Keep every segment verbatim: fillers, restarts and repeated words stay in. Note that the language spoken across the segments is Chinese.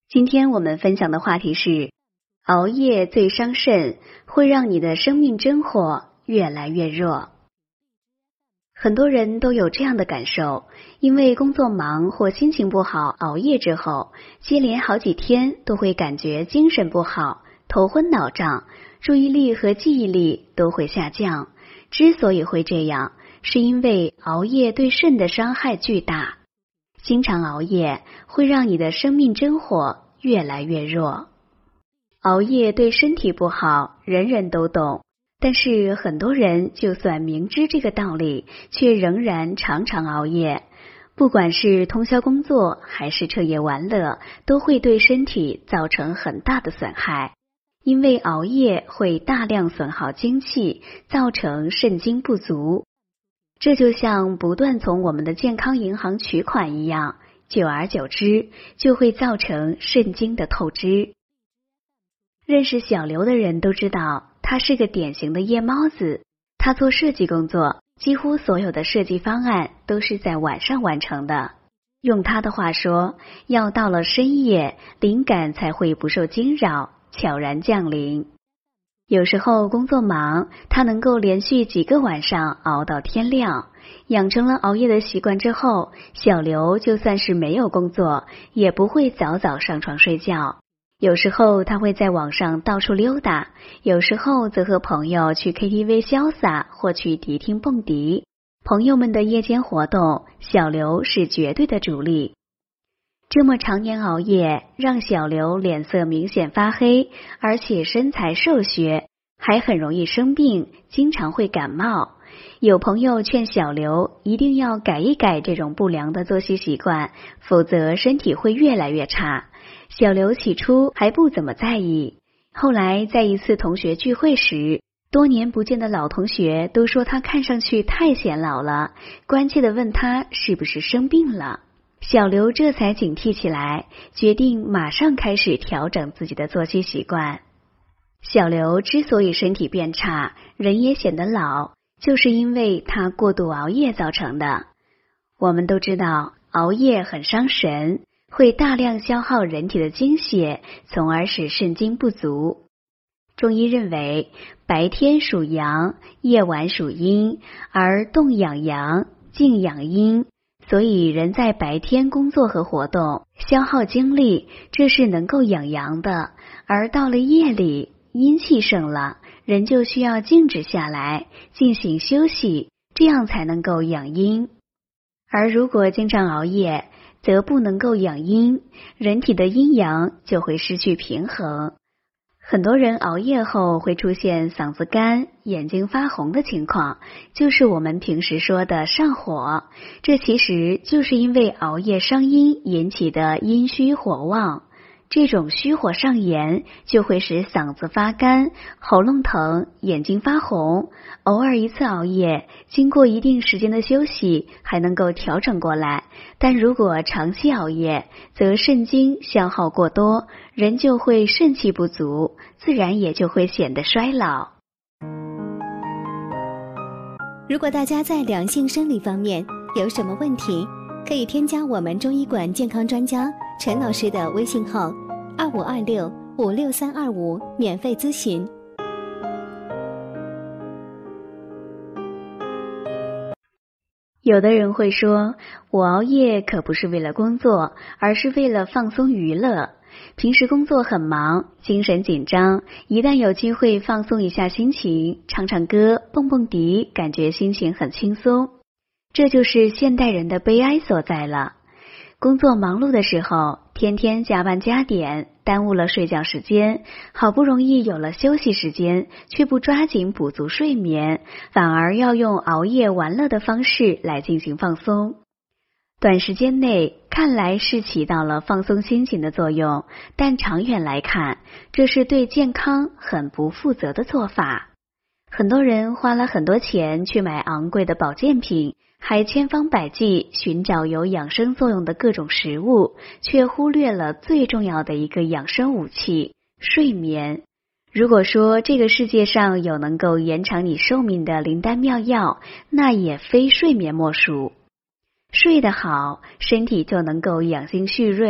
今天我们分享的话题是，熬夜最伤肾，会让你的生命真火越来越弱。很多人都有这样的感受，因为工作忙或心情不好，熬夜之后，接连好几天都会感觉精神不好，头昏脑胀，注意力和记忆力都会下降。之所以会这样，是因为熬夜对肾的伤害巨大。经常熬夜会让你的生命真火越来越弱。熬夜对身体不好，人人都懂，但是很多人就算明知这个道理，却仍然常常熬夜。不管是通宵工作还是彻夜玩乐，都会对身体造成很大的损害。因为熬夜会大量损耗精气，造成肾精不足。这就像不断从我们的健康银行取款一样，久而久之就会造成肾精的透支。认识小刘的人都知道，他是个典型的夜猫子。他做设计工作，几乎所有的设计方案都是在晚上完成的。用他的话说，要到了深夜，灵感才会不受惊扰，悄然降临。有时候工作忙，他能够连续几个晚上熬到天亮。养成了熬夜的习惯之后，小刘就算是没有工作，也不会早早上床睡觉。有时候他会在网上到处溜达，有时候则和朋友去 K T V 潇洒，或去迪厅蹦迪。朋友们的夜间活动，小刘是绝对的主力。这么常年熬夜，让小刘脸色明显发黑，而且身材瘦削，还很容易生病，经常会感冒。有朋友劝小刘一定要改一改这种不良的作息习惯，否则身体会越来越差。小刘起初还不怎么在意，后来在一次同学聚会时，多年不见的老同学都说他看上去太显老了，关切地问他是不是生病了。小刘这才警惕起来，决定马上开始调整自己的作息习惯。小刘之所以身体变差，人也显得老，就是因为他过度熬夜造成的。我们都知道，熬夜很伤神，会大量消耗人体的精血，从而使肾精不足。中医认为，白天属阳，夜晚属阴，而动养阳，静养阴。所以人在白天工作和活动，消耗精力，这是能够养阳的。而到了夜里，阴气盛了，人就需要静止下来，进行休息，这样才能够养阴。而如果经常熬夜，则不能够养阴，人体的阴阳就会失去平衡。很多人熬夜后会出现嗓子干、眼睛发红的情况，就是我们平时说的上火。这其实就是因为熬夜伤阴引起的阴虚火旺。这种虚火上炎就会使嗓子发干、喉咙疼、眼睛发红。偶尔一次熬夜，经过一定时间的休息，还能够调整过来。但如果长期熬夜，则肾精消耗过多，人就会肾气不足，自然也就会显得衰老。 如果大家在两性生理方面有什么问题，可以添加我们中医馆健康专家陈老师的微信号二五二六五六三二五免费咨询。 有的人会说，我熬夜可不是为了工作，而是为了放松娱乐。平时工作很忙，精神紧张，一旦有机会放松一下心情，唱唱歌，蹦蹦迪，感觉心情很轻松。这就是现代人的悲哀所在了。工作忙碌的时候，天天加班加点，耽误了睡觉时间，好不容易有了休息时间，却不抓紧补足睡眠，反而要用熬夜玩乐的方式来进行放松。短时间内看来是起到了放松心情的作用，但长远来看，这是对健康很不负责的做法。很多人花了很多钱去买昂贵的保健品，还千方百计寻找有养生作用的各种食物，却忽略了最重要的一个养生武器——睡眠。如果说这个世界上有能够延长你寿命的灵丹妙药，那也非睡眠莫属。睡得好，身体就能够养精蓄锐，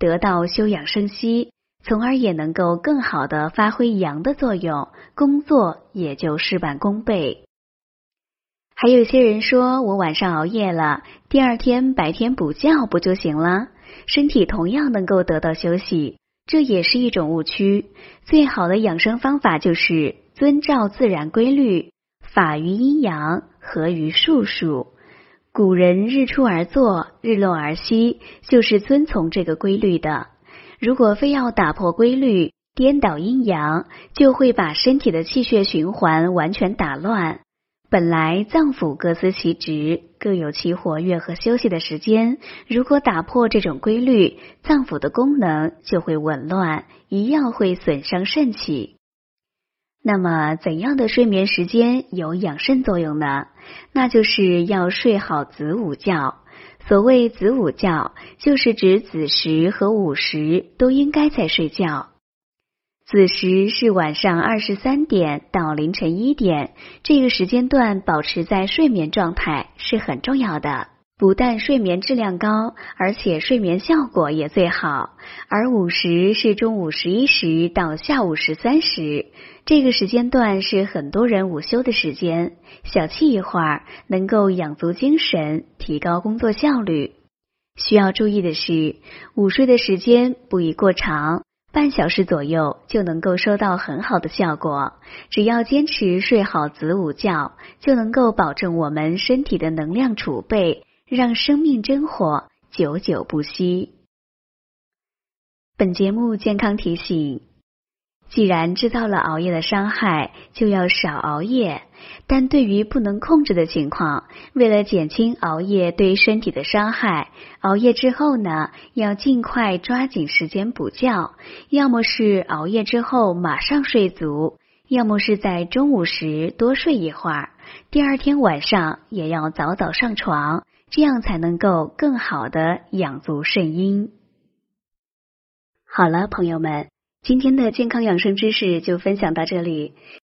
得到休养生息，从而也能够更好的发挥阳的作用，工作也就事半功倍。还有些人说，我晚上熬夜了，第二天白天补觉不就行了？身体同样能够得到休息，这也是一种误区。最好的养生方法就是遵照自然规律，法于阴阳，合于术数。古人日出而作，日落而息，就是遵从这个规律的。如果非要打破规律，颠倒阴阳，就会把身体的气血循环完全打乱。本来脏腑各司其职，各有其活跃和休息的时间，如果打破这种规律，脏腑的功能就会紊乱，一样会损伤肾气。那么怎样的睡眠时间有养肾作用呢？那就是要睡好子午觉。所谓子午觉，就是指子时和午时都应该在睡觉。子时是晚上二十三点到凌晨一点，这个时间段保持在睡眠状态是很重要的，不但睡眠质量高，而且睡眠效果也最好。而午时是中午十一时到下午十三时，这个时间段是很多人午休的时间，小憩一会儿，能够养足精神，提高工作效率。需要注意的是，午睡的时间不宜过长，半小时左右就能够收到很好的效果。只要坚持睡好子午觉，就能够保证我们身体的能量储备，让生命真火久久不息。本节目健康提醒，既然知道了熬夜的伤害，就要少熬夜。但对于不能控制的情况，为了减轻熬夜对身体的伤害，熬夜之后呢，要尽快抓紧时间补觉，要么是熬夜之后马上睡足，要么是在中午时多睡一会儿，第二天晚上也要早早上床，这样才能够更好的养足肾阴。好了，朋友们，今天的健康养生知识就分享到这里。